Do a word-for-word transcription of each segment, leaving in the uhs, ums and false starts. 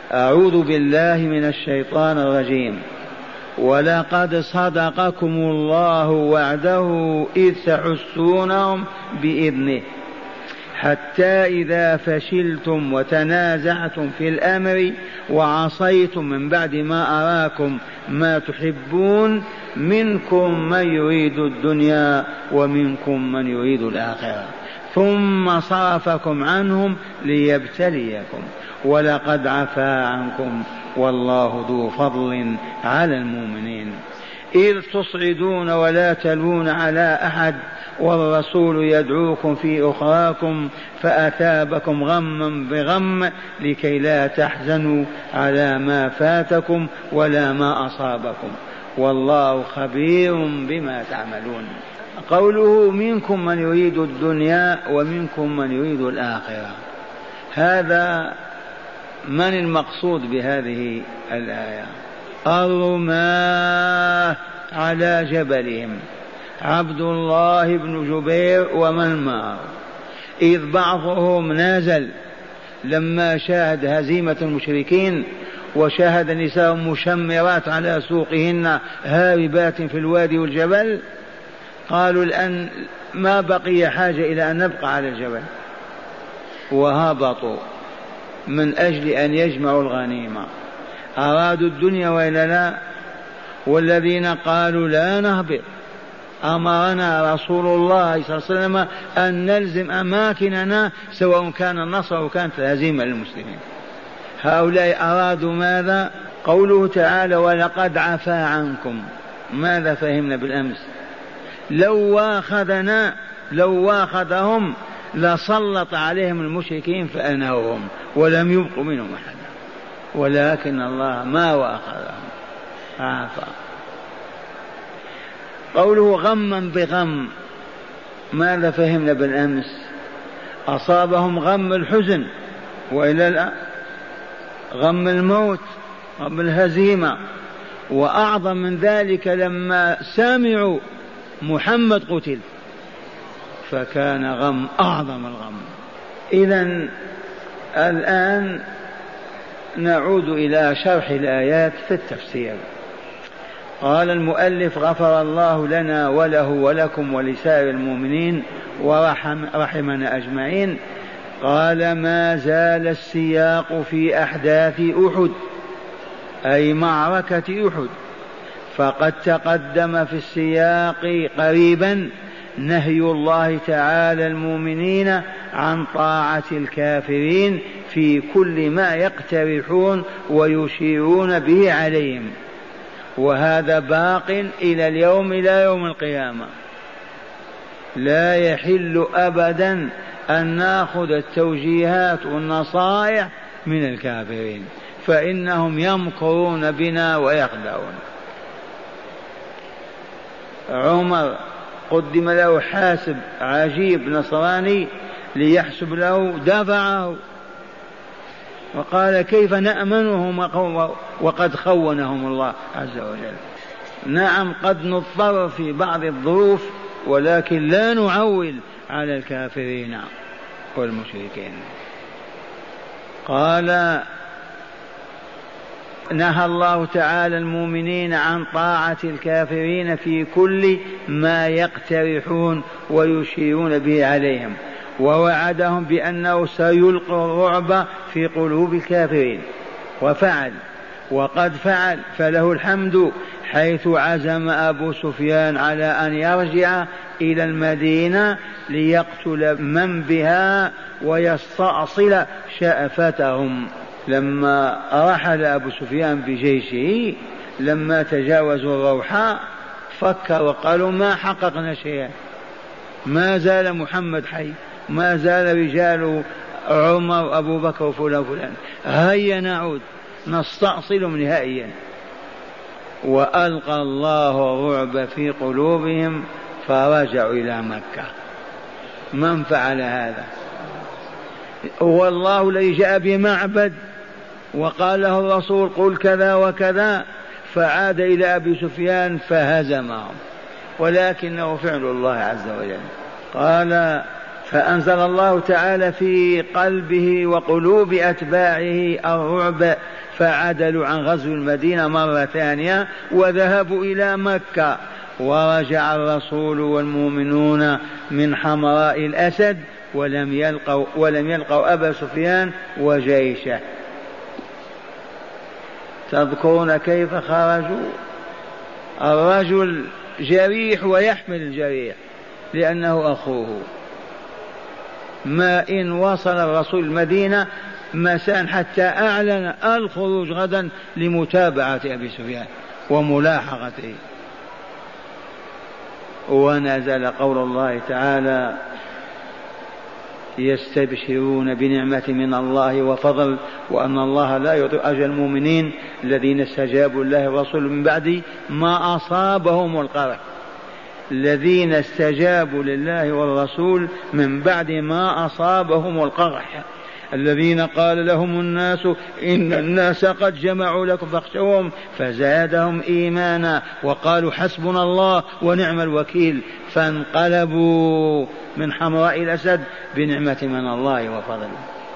أعوذ بالله من الشيطان الرجيم. ولقد صدقكم الله وعده إذ تحسونهم بإذنه حتى إذا فشلتم وتنازعتم في الأمر وعصيتم من بعد ما أراكم ما تحبون منكم من يريد الدنيا ومنكم من يريد الآخرة ثم صرفكم عنهم ليبتليكم ولقد عفا عنكم والله ذو فضل على المؤمنين إذ تصعدون ولا تلون على أحد والرسول يدعوكم في أخراكم فأثابكم غما بغم لكي لا تحزنوا على ما فاتكم ولا ما أصابكم والله خبير بما تعملون. قوله منكم من يريد الدنيا ومنكم من يريد الآخرة، هذا من المقصود بهذه الآية؟ الرماة على جبلهم عبد الله بن جبير ومن معه، إذ بعضهم نازل لما شاهد هزيمة المشركين وشاهد نساء مشمرات على سوقهن هاربات في الوادي والجبل، قالوا الآن ما بقي حاجة إلى أن نبقى على الجبل، وهبطوا من أجل أن يجمعوا الغنيمة. أرادوا الدنيا وإلا لا؟ والذين قالوا لا نهبط أمرنا رسول الله صلى الله عليه وسلم أن نلزم أماكننا سواء كان النصر أو كانت الهزيمة للمسلمين. هؤلاء أرادوا ماذا؟ قوله تعالى ولقد عفا عنكم. ماذا فهمنا بالأمس؟ لو واخذنا لو واخذهم لسلط عليهم المشركين فأنهوهم ولم يبقوا منهم أحدا، ولكن الله ما واخذهم، عافى. قوله غما بغم، ماذا فهمنا بالأمس؟ أصابهم غم الحزن وإلا لا؟ غم الموت، غم الهزيمة. وأعظم من ذلك لما سمعوا محمد قتل فكان غم أعظم الغم. إذن الآن نعود إلى شرح الآيات في التفسير. قال المؤلف غفر الله لنا وله ولكم ولسائر المؤمنين ورحم رحمنا أجمعين. قال ما زال السياق في أحداث أحد أي معركة أحد، فقد تقدم في السياق قريبا نهي الله تعالى المؤمنين عن طاعة الكافرين في كل ما يقترحون ويشيرون به عليهم، وهذا باق إلى اليوم إلى يوم القيامة. لا يحل أبدا أن نأخذ التوجيهات والنصائح من الكافرين فإنهم يمكرون بنا ويخدعون. عمر قدم له حاسب عجيب نصراني ليحسب له، دفعه وقال كيف نأمنهم وقد خونهم الله عز وجل. نعم قد نضطر في بعض الظروف ولكن لا نعول على الكافرين والمشركين. قال نهى الله تعالى المؤمنين عن طاعة الكافرين في كل ما يقترحون ويشيرون به عليهم، ووعدهم بأنه سيلقي الرعب في قلوب الكافرين، وفعل وقد فعل فله الحمد، حيث عزم أبو سفيان على أن يرجع إلى المدينة ليقتل من بها ويستأصل شأفتهم. لما رحل أبو سفيان بجيشه لما تجاوزوا الروحاء فكر وقالوا ما حققنا شيئا، ما زال محمد حي، ما زال رجال عمر وأبو بكر وفلان وفلان، هيا نعود نستأصلهم نهائيا. وألقى الله الرعب في قلوبهم فرجعوا إلى مكة. من فعل هذا؟ هو الله الذي جاء بمعبد وقال له الرسول قل كذا وكذا، فعاد إلى أبي سفيان فهزمهم، ولكنه فعل الله عز وجل. قال فأنزل الله تعالى في قلبه وقلوب أتباعه الرعب فعدلوا عن غزو المدينة مرة ثانية وذهبوا إلى مكة. ورجع الرسول والمؤمنون من حمراء الأسد ولم يلقوا, ولم يلقوا أبا سفيان وجيشه. تذكرون كيف خرجوا؟ الرجل جريح ويحمل الجريح لأنه أخوه. ما إن وصل الرسول المدينة مساء حتى أعلن الخروج غدا لمتابعة أبي سفيان وملاحقته. ونزل قول الله تعالى: يستبشرون بنعمة من الله وفضل وأن الله لا يضيع أجر المؤمنين الذين استجابوا لله ورسوله من بعد ما أصابهم القرح. الذين استجابوا لله والرسول من بعد ما أصابهم القرح، الذين قال لهم الناس إن الناس قد جمعوا لكم فاخشوهم فزادهم إيمانا وقالوا حسبنا الله ونعم الوكيل، فانقلبوا من حمراء الأسد بنعمة من الله وفضل.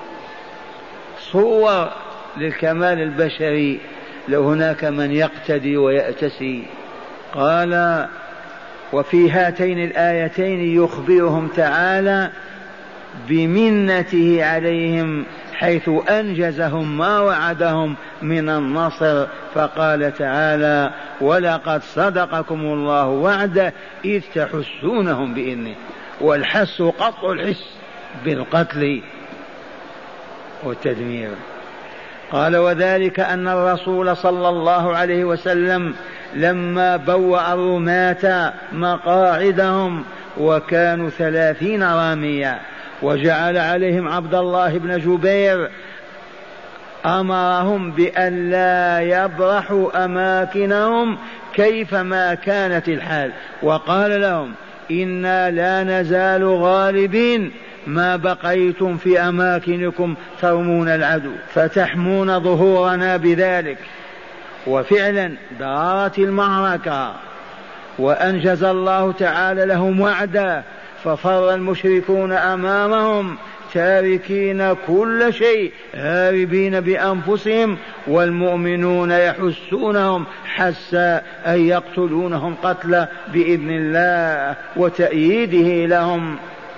صور للكمال البشري، لو هناك من يقتدي ويأتسي. قال: وفي هاتين الآيتين يخبرهم تعالى بمنته عليهم حيث أنجزهم ما وعدهم من النصر، فقال تعالى: ولقد صدقكم الله وعده إذ تحسونهم بإذنه. والحس قطع الحس بالقتل والتدمير. قال: وذلك أن الرسول صلى الله عليه وسلم لما بوأ الرماة مقاعدهم وكانوا ثلاثين راميا وجعل عليهم عبد الله بن جبير أمرهم بأن لا يبرحوا أماكنهم كيفما كانت الحال، وقال لهم: إنا لا نزال غالبين ما بقيتم في أماكنكم ترمون العدو فتحمون ظهورنا بذلك. وفعلا دارت المعركة وأنجز الله تعالى لهم وعدا، ففر المشركون أمامهم تاركين كل شيء هاربين بأنفسهم، والمؤمنون يحسونهم حس أن يقتلونهم قتلا بإذن الله وتأييده لهم.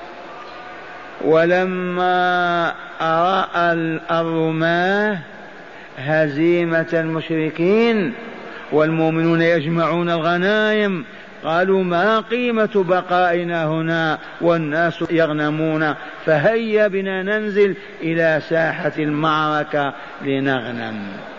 ولما رأى الرماة هزيمة المشركين والمؤمنون يجمعون الغنائم قالوا: ما قيمة بقائنا هنا والناس يغنمون، فهيا بنا ننزل إلى ساحة المعركة لنغنم.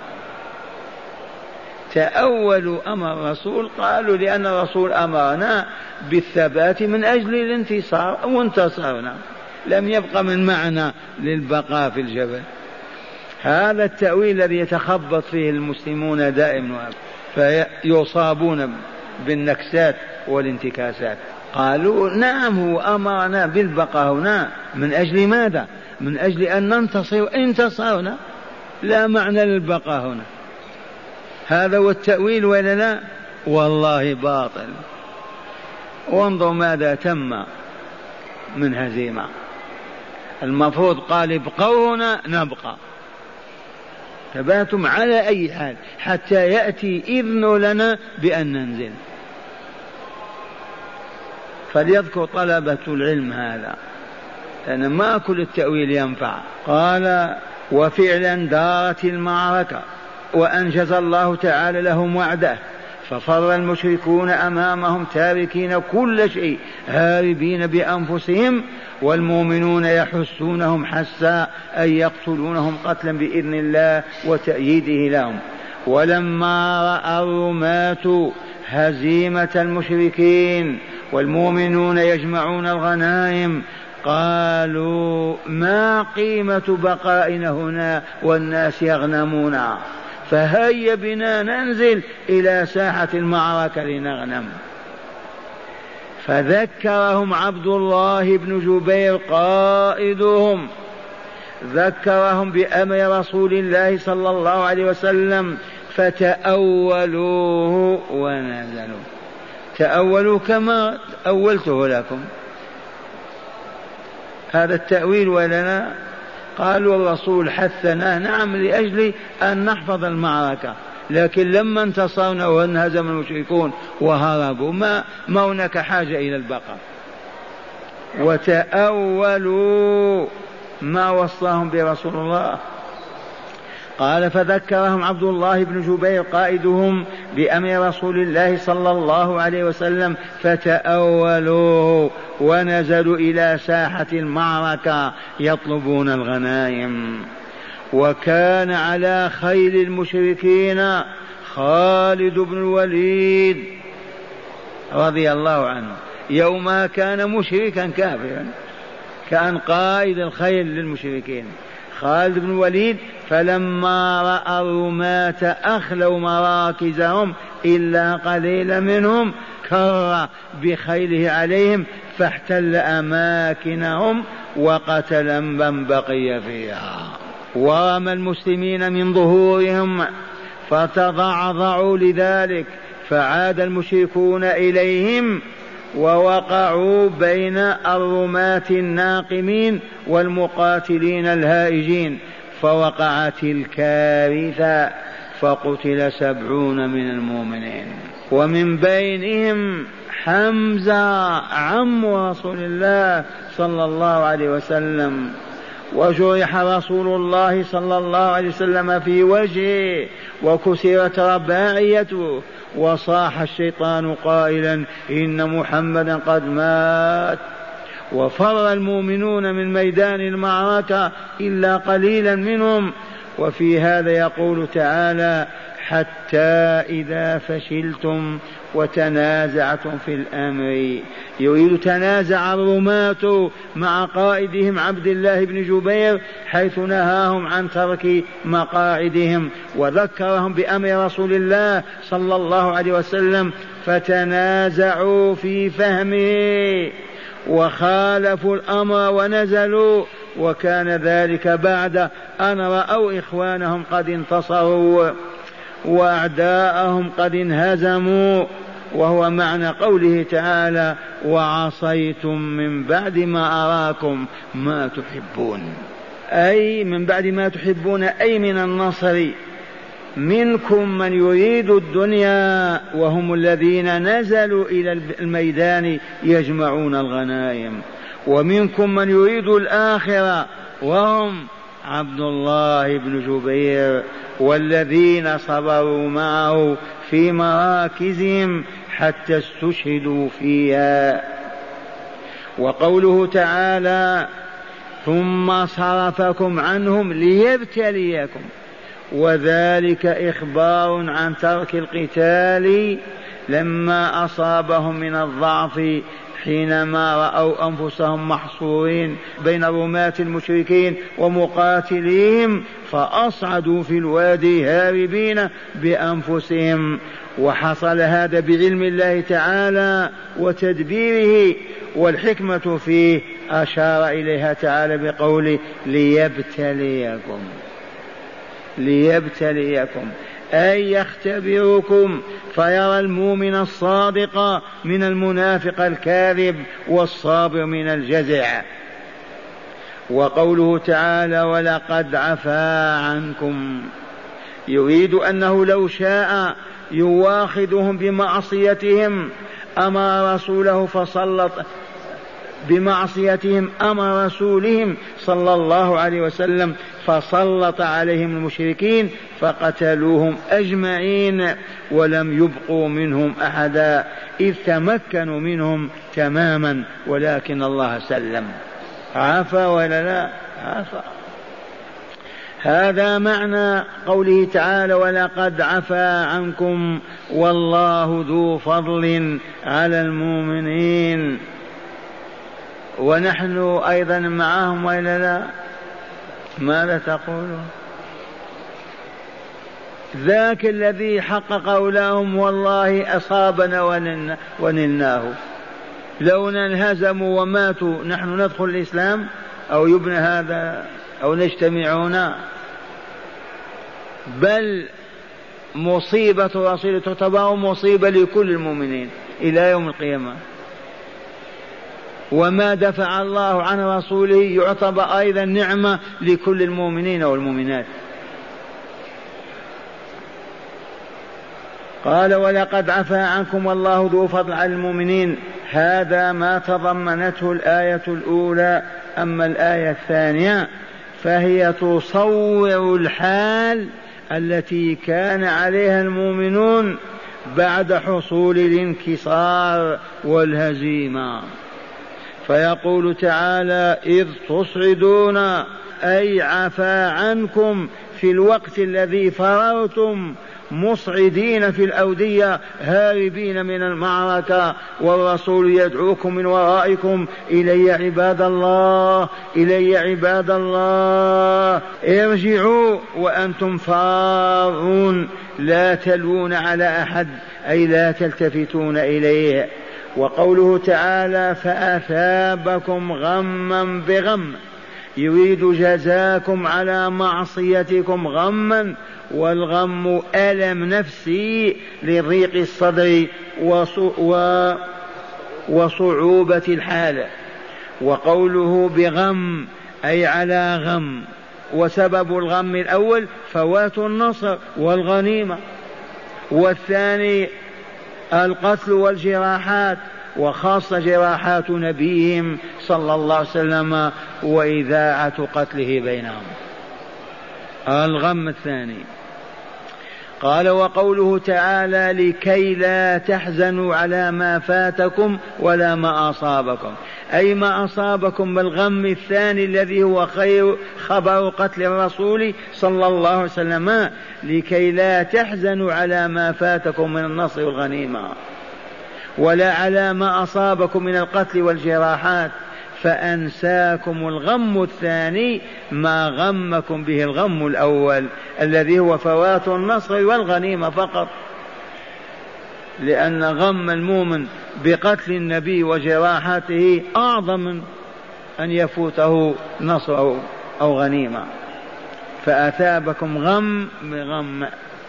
تأولوا أمر الرسول، قالوا: لأن الرسول أمرنا بالثبات من أجل الانتصار وانتصرنا، لم يبق من معنى للبقاء في الجبل. هذا التأويل الذي يتخبط فيه المسلمون دائما فيصابون بالنكسات والانتكاسات. قالوا: نعم هو أمرنا بالبقاء هنا من أجل ماذا؟ من أجل أن ننتصر، انتصرنا، لا معنى للبقاء هنا. هذا هو التأويل ولا لا؟ والله باطل. وانظر ماذا تم من هزيمة. المفروض قال: ابقوا هنا نبقى، ثباتم على أي حال حتى يأتي إذن لنا بأن ننزل. فليذكر طلبة العلم هذا، لأن ما كل التأويل ينفع. قال: وفعلا دارت المعركة وأنجز الله تعالى لهم وعده، ففر المشركون أمامهم تاركين كل شيء هاربين بأنفسهم، والمؤمنون يحسونهم حسا أن يقتلونهم قتلا بإذن الله وتأييده لهم. ولما رأى الرماة هزيمة المشركين والمؤمنون يجمعون الغنائم قالوا: ما قيمة بقائنا هنا والناس يغنمون، فهيا بنا ننزل إلى ساحة المعركة لنغنم. فذكرهم عبد الله بن جبير قائدهم، ذكرهم بأمر رسول الله صلى الله عليه وسلم، فتأولوه ونزلوا. تأولوا كما أولته لكم، هذا التأويل ولنا. قالوا الرسول حثنا نعم لأجل أن نحفظ المعركة، لكن لما انتصرنا وانهزم المشركون وهربوا ما, ما هناك حاجة إلى البقاء. وتأولوا ما وصاهم برسول الله. قال فذكرهم عبد الله بن جبير قائدهم بأمر رسول الله صلى الله عليه وسلم فتأولوه ونزلوا إلى ساحة المعركة يطلبون الغنائم. وكان على خيل المشركين خالد بن الوليد رضي الله عنه، يومها كان مشركا كافرا، كان قائد الخيل للمشركين خالد بن الوليد. فلما رأى الرماة أخلوا مراكزهم إلا قليلا منهم كر بخيله عليهم فاحتل أماكنهم وقتل من بقي فيها، ورمى المسلمين من ظهورهم فتضعضعوا لذلك، فعاد المشركون إليهم ووقعوا بين الرماة الناقمين والمقاتلين الهائجين، فوقعت الكارثة فقتل سبعون من المؤمنين، ومن بينهم حمزة عم رسول الله صلى الله عليه وسلم. وجرح رسول الله صلى الله عليه وسلم في وجهه وكسرت رباعيته، وصاح الشيطان قائلا إن محمدا قد مات. وفر المؤمنون من ميدان المعركة إلا قليلا منهم. وفي هذا يقول تعالى حتى إذا فشلتم وتنازعتم في الأمر. يريد تنازع الرماة مع قائدهم عبد الله بن جبير حيث نهاهم عن ترك مقاعدهم وذكرهم بأمر رسول الله صلى الله عليه وسلم، فتنازعوا في فهمه وخالفوا الأمر ونزلوا، وكان ذلك بعد أن رأوا إخوانهم قد انتصروا وأعداءهم قد انهزموا، وهو معنى قوله تعالى وعصيتم من بعد ما أراكم ما تحبون، أي من بعد ما تحبون أي من النصر. منكم من يريد الدنيا وهم الذين نزلوا إلى الميدان يجمعون الغنائم، ومنكم من يريد الآخرة وهم عبد الله بن جبير والذين صبروا معه في مراكزهم حتى استشهدوا فيها. وقوله تعالى ثم صرفكم عنهم ليبتليكم، وذلك إخبار عن ترك القتال لما أصابهم من الضعف حينما رأوا أنفسهم محصورين بين رماة المشركين ومقاتليهم، فأصعدوا في الوادي هاربين بأنفسهم. وحصل هذا بعلم الله تعالى وتدبيره، والحكمة فيه أشار إليها تعالى بقوله ليبتليكم، ليبتليكم أي يختبركم فيرى المؤمن الصادق من المنافق الكاذب والصابر من الجزع. وقوله تعالى ولقد عفا عنكم، يريد أنه لو شاء يواخذهم بمعصيتهم أمر رسوله فسلط بمعصيتهم أمر رسولهم صلى الله عليه وسلم فسلط عليهم المشركين فقتلوهم أجمعين ولم يبقوا منهم أحدا، إذ تمكنوا منهم تماما، ولكن الله سلم. عفا ولا لا؟ عفا. هذا معنى قوله تعالى ولقد عفا عنكم والله ذو فضل على المؤمنين، ونحن أيضا معهم وإلا لا؟ ماذا تقولون؟ ذاك الذي حقق لهم والله أصابنا ونلناه، لو انهزموا وماتوا نحن ندخل الإسلام أو يبنى هذا أو نجتمعون؟ بل مصيبة رسول تعتبر مصيبة لكل المؤمنين إلى يوم القيامة. وما دفع الله عن رسوله يعتبر أيضا نعمة لكل المؤمنين والمؤمنات. قال ولقد عفا عنكم والله ذو فضل على المؤمنين. هذا ما تضمنته الآية الأولى. أما الآية الثانية فهي تصور الحال التي كان عليها المؤمنون بعد حصول الانكسار والهزيمة. فيقول تعالى إذ تصعدون أي عفا عنكم في الوقت الذي فررتم مصعدين في الأودية هاربين من المعركة والرسول يدعوكم من ورائكم إلي عباد الله إلي عباد الله ارجعوا وأنتم فارون لا تلوون على أحد أي لا تلتفتون إليه. وقوله تعالى فأثابكم غما بغم يريد جزاكم على معصيتكم غما، والغم ألم نفسي لضيق الصدر وصعوبة الحالة. وقوله بغم أي على غم. وسبب الغم الأول فوات النصر والغنيمة، والثاني القتل والجراحات، وخاصة جراحات نبيهم صلى الله عليه وسلم وإذاعة قتله بينهم. الغم الثاني. قال وقوله تعالى لكي لا تحزنوا على ما فاتكم ولا ما أصابكم، أي ما أصابكم بالغم الثاني الذي هو خير خبر قتل الرسول صلى الله عليه وسلم، لكي لا تحزنوا على ما فاتكم من النصر والغنيمة ولا على ما أصابكم من القتل والجراحات، فأنساكم الغم الثاني ما غمكم به الغم الأول الذي هو فوات النصر والغنيمة فقط. لأن غم المؤمن بقتل النبي وجراحته أعظم من أن يفوته نصر أو غنيمة. فأثابكم غم بغم.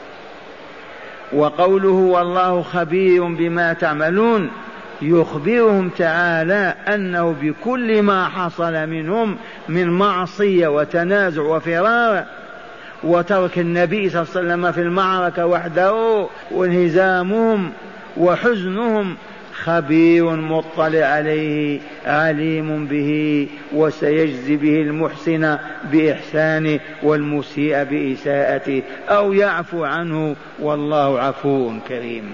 وقوله والله خبير بما تعملون يخبرهم تعالى أنه بكل ما حصل منهم من معصية وتنازع وفرار وترك النبي صلى الله عليه وسلم في المعركة وحده وانهزامهم وحزنهم خبير مطلع عليه عليم به، وسيجزي به المحسن بإحسانه والمسيء بإساءته أو يعفو عنه والله عفو كريم.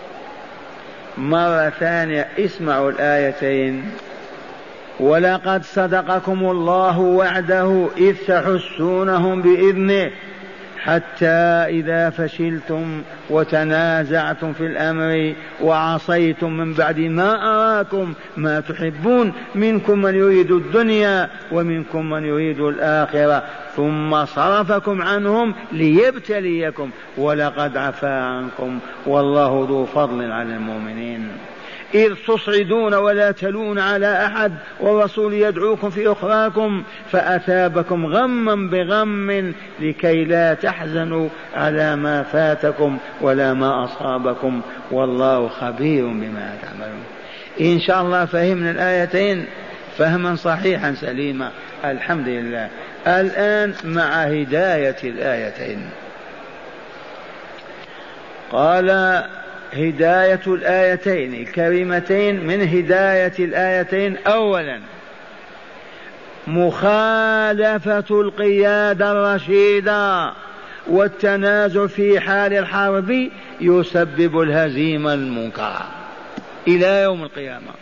مرة ثانية اسمعوا الآيتين. ولقد صدقكم الله وعده إذ تحسونهم بإذنه حتى إذا فشلتم وتنازعتم في الأمر وعصيتم من بعد ما أراكم ما تحبون منكم من يريد الدنيا ومنكم من يريد الآخرة ثم صرفكم عنهم ليبتليكم ولقد عفا عنكم والله ذو فضل على المؤمنين. إذ تصعدون ولا تلون على أحد والرسول يدعوكم في أخراكم فأثابكم غما بغم لكي لا تحزنوا على ما فاتكم ولا ما أصابكم والله خبير بما تعملون. إن شاء الله فهمنا الآيتين فهما صحيحا سليما الحمد لله. الآن مع هداية الآيتين. قال هداية الآيتين الكريمتين من هداية الآيتين أولا مخالفة القيادة الرشيدة والتنازع في حال الحرب يسبب الهزيمة المنكرة إلى يوم القيامة.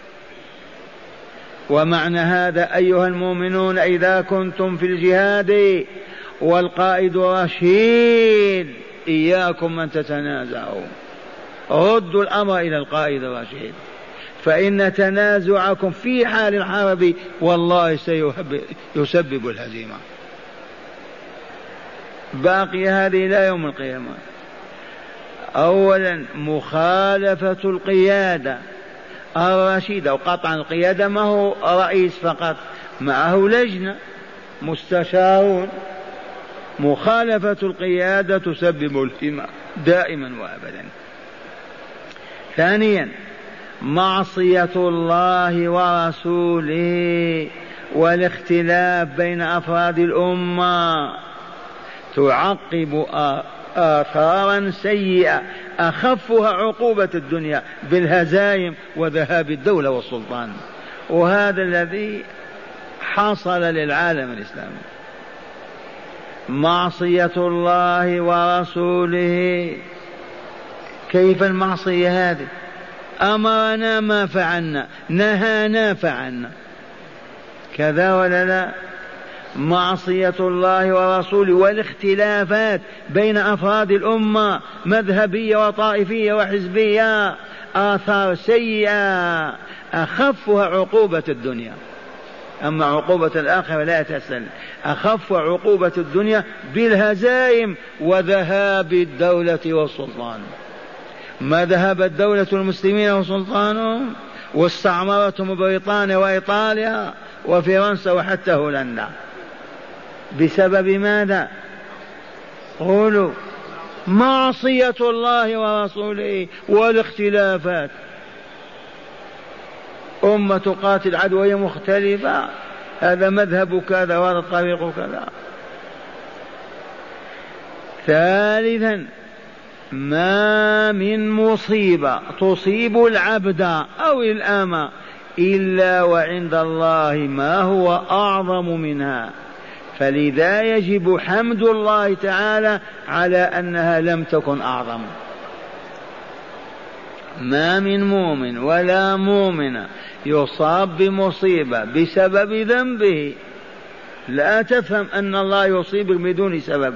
ومعنى هذا أيها المؤمنون إذا كنتم في الجهاد والقائد رشيد إياكم أن تتنازعوا، ردوا الأمر إلى القائد الرشيد، فإن تنازعكم في حال الحرب والله سيسبب الهزيمة. باقي هذه إلى يوم القيامة. أولا مخالفة القيادة الرشيدة، وقطعا القيادة ما هو رئيس فقط، معه لجنة مستشارون. مخالفة القيادة تسبب الهزيمة دائما وأبدا. ثانيا معصية الله ورسوله والاختلاف بين أفراد الأمة تعقب آثارا سيئة أخفها عقوبة الدنيا بالهزائم وذهاب الدولة والسلطان، وهذا الذي حصل للعالم الإسلامي. معصية الله ورسوله، كيف المعصية هذه؟ أمرنا ما فعلنا، نهانا فعلنا، كذا ولا لا؟ معصية الله ورسوله والاختلافات بين أفراد الأمة مذهبية وطائفية وحزبية آثار سيئة أخفها عقوبة الدنيا، أما عقوبة الآخرة لا تسأل. أخف عقوبة الدنيا بالهزائم وذهاب الدولة والسلطان. ما ذهبت دولة المسلمين وسلطانهم واستعمرتهم بريطانيا وإيطاليا وفرنسا وحتى هولندا بسبب ماذا؟ قولوا. معصية الله ورسوله والاختلافات. أمة تقاتل عدوية مختلفة، هذا مذهب كذا وهذا الطريق كذا. ثالثا، ما من مصيبة تصيب العبد أو الأمة إلا وعند الله ما هو أعظم منها، فلذا يجب حمد الله تعالى على أنها لم تكن أعظم. ما من مؤمن ولا مؤمنة يصاب بمصيبة بسبب ذنبه، لا تفهم أن الله يصيبك بدون سبب،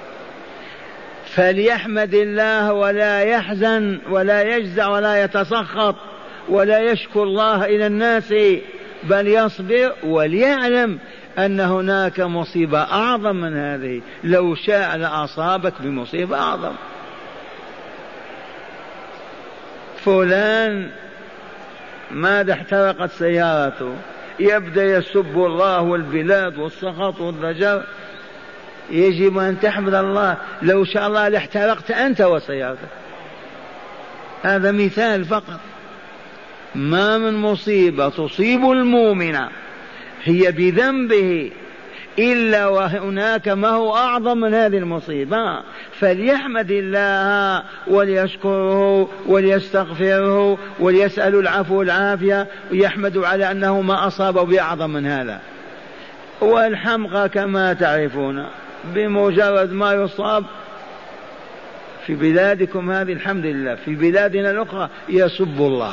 فليحمد الله ولا يحزن ولا يجزع ولا يتسخط ولا يشكو الله إلى الناس، بل يصبر وليعلم أن هناك مصيبة أعظم من هذه، لو شاء لأصابك بمصيبة أعظم. فلان ماذا احترقت سيارته، يبدأ يسب الله والبلاد والسخط والضجر، يجب أن تحمد الله، لو شاء الله لاحترقت أنت وسيارتك. هذا مثال فقط. ما من مصيبة تصيب المؤمن هي بذنبه إلا وهناك ما هو أعظم من هذه المصيبة، فليحمد الله وليشكره وليستغفره وليسأل العفو والعافية ويحمد على أنه ما أصابه بأعظم من هذا. والحمقى كما تعرفون بمجرد ما يصاب في بلادكم هذه الحمد لله، في بلادنا الأخرى يسب الله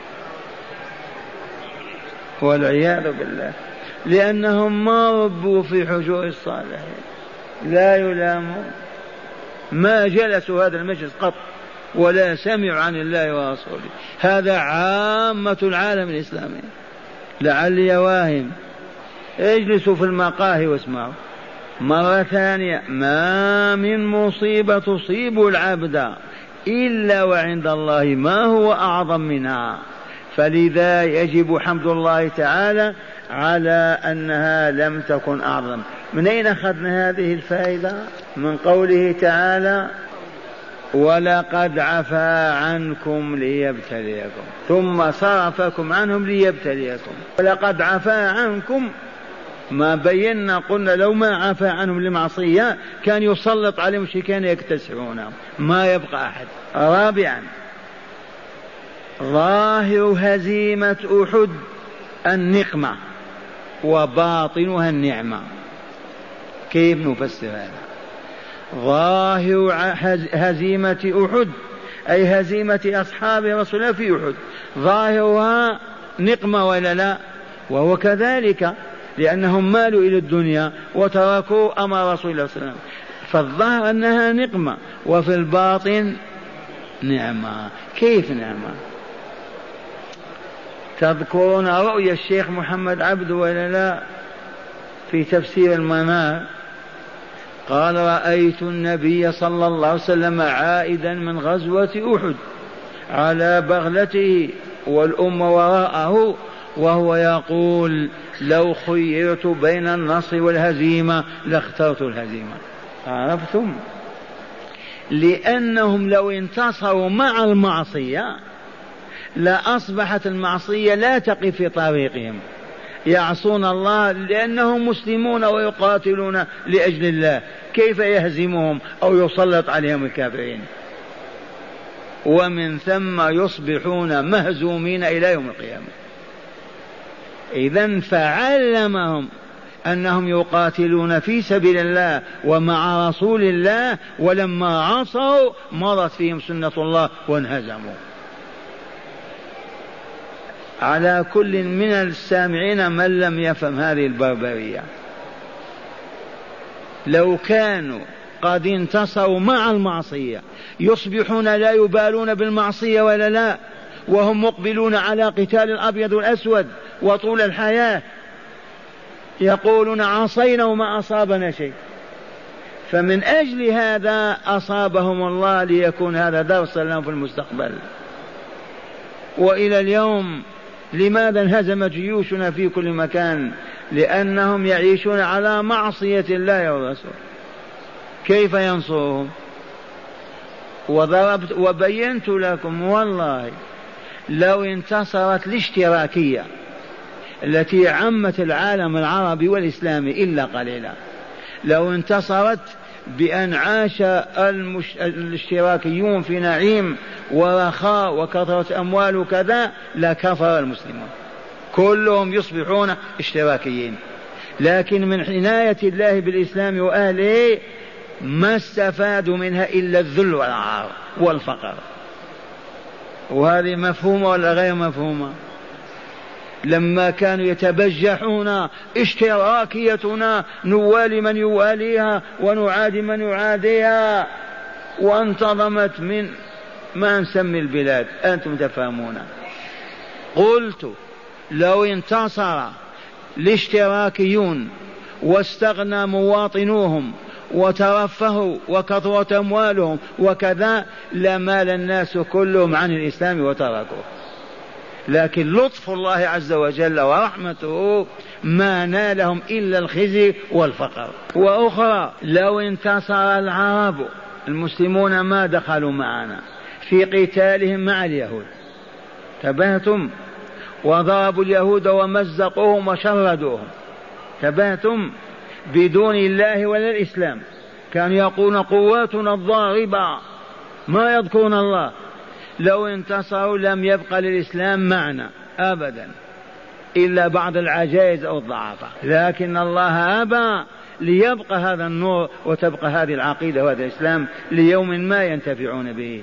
والعياذ بالله، لأنهم ما ربوا في حجور الصالحين، لا يلامون، ما جلسوا هذا المجلس قط ولا سمعوا عن الله ورسوله. هذا عامة العالم الإسلامي. لعلي واهم، اجلسوا في المقاهي واسمعوا. مرة ثانية، ما من مصيبة تصيب العبد إلا وعند الله ما هو أعظم منها، فلذا يجب حمد الله تعالى على أنها لم تكن أعظم. من أين أخذنا هذه الفائدة؟ من قوله تعالى: ولقد عفا عنكم ليبتليكم ثم صرفكم عنهم ليبتليكم. ولقد عفا عنكم، ما بينا قلنا لو ما عفا عنهم لمعصية كان يسلط عليهم مشركين يكتسعونهم، ما يبقى أحد. رابعا، ظاهر هزيمة أحد النقمة وباطنها النعمة. كيف نفسر هذا؟ ظاهر هزيمة أحد أي هزيمة أصحاب رسول الله في أحد ظاهرها نقمة ولا لا؟ وهو كذلك، لأنهم مالوا إلى الدنيا وتركوا أمر رسول الله صلى الله عليه وسلم، فالظاهر أنها نقمة، وفي الباطن نعمة. كيف نعمة؟ تذكرون رؤيا الشيخ محمد عبد ولا لا في تفسير المنار؟ قال: رأيت النبي صلى الله عليه وسلم عائدا من غزوة أحد على بغلته والأمة وراءه وهو يقول: لو خيرت بين النصر والهزيمة لاخترت الهزيمة. عرفتم؟ لأنهم لو انتصروا مع المعصية لأصبحت المعصية لا تقف في طريقهم، يعصون الله لأنهم مسلمون ويقاتلون لأجل الله، كيف يهزمهم أو يسلط عليهم الكافرين؟ ومن ثم يصبحون مهزومين إلى يوم القيامة. إذن فعلمهم أنهم يقاتلون في سبيل الله ومع رسول الله، ولما عصوا مضت فيهم سنة الله وانهزموا. على كل من السامعين من لم يفهم هذه البربرية، لو كانوا قد انتصروا مع المعصية يصبحون لا يبالون بالمعصية ولا لا، وهم مقبلون على قتال الأبيض والأسود وطول الحياة، يقولون عصينا وما أصابنا شيء. فمن أجل هذا أصابهم الله ليكون هذا درسا لهم في المستقبل. وإلى اليوم لماذا انهزمت جيوشنا في كل مكان؟ لأنهم يعيشون على معصية الله والرسول، كيف ينصرهم؟ وضربت وبينت لكم والله لو انتصرت الاشتراكية التي عمت العالم العربي والإسلامي إلا قليلا، لو انتصرت بأن عاش المش... الاشتراكيون في نعيم ورخاء وكثرة أموال وكذا لكفر المسلمون كلهم يصبحون اشتراكيين. لكن من عناية الله بالإسلام وأهله ما استفادوا منها إلا الذل والعار والفقر. وهذه مفهومة ولا غير مفهومة؟ لما كانوا يتبجحون اشتراكيتنا نوالي من يواليها ونعادي من يعاديها، وانتظمت من ما نسمي البلاد، أنتم تفهمون. قلت لو انتصر الاشتراكيون واستغنى مواطنوهم وترفهوا وكثرت أموالهم وكذا لمال الناس كلهم عن الإسلام وتركوه. لكن لطف الله عز وجل ورحمته ما نالهم إلا الخزي والفقر. وأخرى لو انتصر العرب المسلمون ما دخلوا معنا في قتالهم مع اليهود، تبهتم، وضربوا اليهود ومزقوهم وشردوهم، تبهتم، بدون الله ولا الإسلام. كانوا يقولون قواتنا الضاربة ما يذكرون الله. لو انتصروا لم يبقى للإسلام معنى أبدا إلا بعض العجائز أو الضعفاء، لكن الله أبى ليبقى هذا النور وتبقى هذه العقيدة وهذا الإسلام ليوم ما ينتفعون به.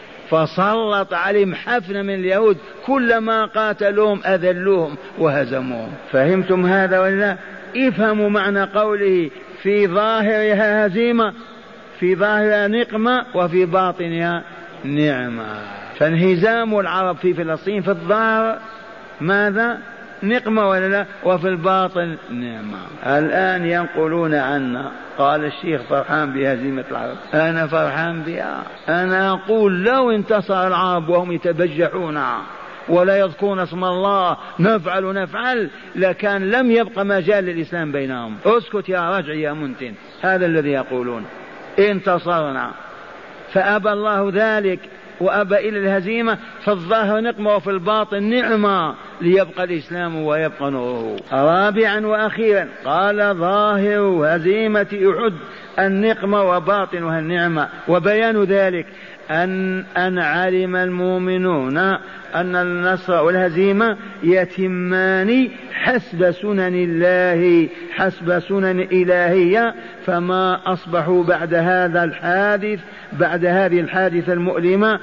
فسلط عليهم حفنة من اليهود، كلما قاتلوهم أذلوهم وهزموهم. فهمتم هذا ولا؟ افهموا معنى قوله في ظاهرها هزيمة، في ظاهرها نقمة وفي باطنها نعمة. فانهزام العرب في فلسطين في الظاهر ماذا؟ نقمة ولا لا؟ وفي الباطن نعمة. الآن ينقلون عنا قال الشيخ فرحان بهزيمة العرب، أنا فرحان بها. أنا أقول لو انتصر العرب وهم يتبجحون ولا يذكرون اسم الله نفعل نفعل لكان لم يبقى مجال للإسلام بينهم. اسكت يا رجع يا منتن، هذا الذي يقولون انتصرنا، فأبى الله ذلك وأبى إلى الهزيمة. فالظاهر نقمة وفي الباطن نعمة ليبقى الإسلام ويبقى نوره. رابعا وأخيرا قال ظاهر هزيمة أحد النقمة وباطنها النعمة. وبيان ذلك أن, أن علم المؤمنون أن النصر والهزيمة يتمان حسب سنن الله، حسب سنن إلهية، فما أصبحوا بعد هذا الحادث بعد هذه الحادثة المؤلمة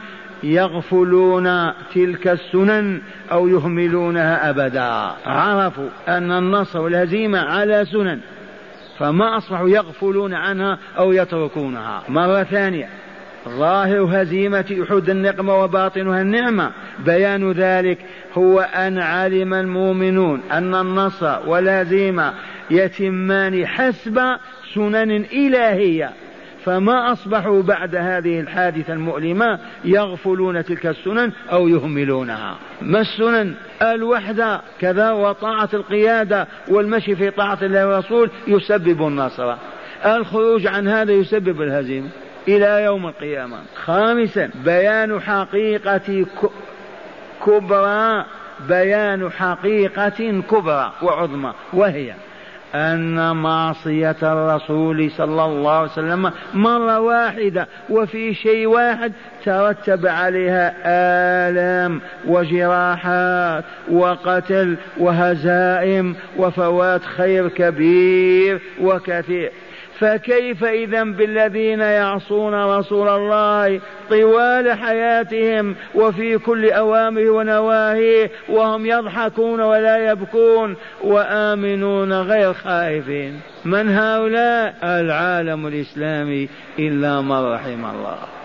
يغفلون تلك السنن أو يهملونها أبدا. عرفوا أن النصر والهزيمة على سنن فما أصبحوا يغفلون عنها أو يتركونها. مرة ثانية ظاهر هزيمة أحد النقمة وباطنها النعمة. بيان ذلك هو أن علم المؤمنون أن النصر والهزيمة يتمان حسب سنن إلهية، فما أصبحوا بعد هذه الحادثة المؤلمة يغفلون تلك السنن أو يهملونها. ما السنن؟ الوحدة كذا، وطاعة القيادة والمشي في طاعة الله والرسول يسبب النصر، الخروج عن هذا يسبب الهزيمة إلى يوم القيامة. خامسا بيان حقيقة كبرى، بيان حقيقة كبرى وعظمى، وهي أن معصية الرسول صلى الله عليه وسلم مرة واحدة وفي شيء واحد ترتب عليها آلام وجراحات وقتل وهزائم وفوات خير كبير وكثير. فكيف إذا بالذين يعصون رسول الله طوال حياتهم وفي كل أوامره ونواهيه وهم يضحكون ولا يبكون وآمنون غير خائفين؟ من هؤلاء؟ العالم الإسلامي إلا من رحم الله.